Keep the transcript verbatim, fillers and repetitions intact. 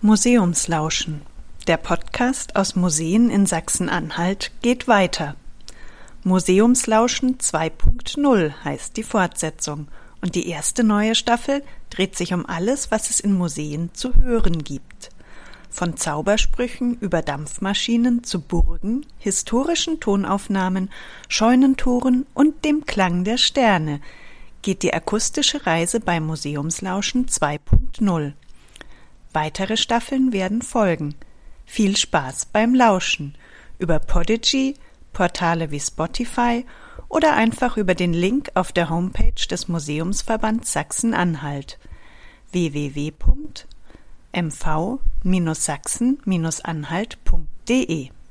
Museumslauschen. Der Podcast aus Museen in Sachsen-Anhalt geht weiter. Museumslauschen zwei Punkt null heißt die Fortsetzung und die erste neue Staffel dreht sich um alles, was es in Museen zu hören gibt. Von Zaubersprüchen über Dampfmaschinen zu Burgen, historischen Tonaufnahmen, Scheunentoren und dem Klang der Sterne geht die akustische Reise bei Museumslauschen zwei Punkt null. Weitere Staffeln werden folgen. Viel Spaß beim Lauschen über Podigy, Portale wie Spotify oder einfach über den Link auf der Homepage des Museumsverbands Sachsen-Anhalt w w w punkt m v Bindestrich sachsen Bindestrich anhalt punkt d e.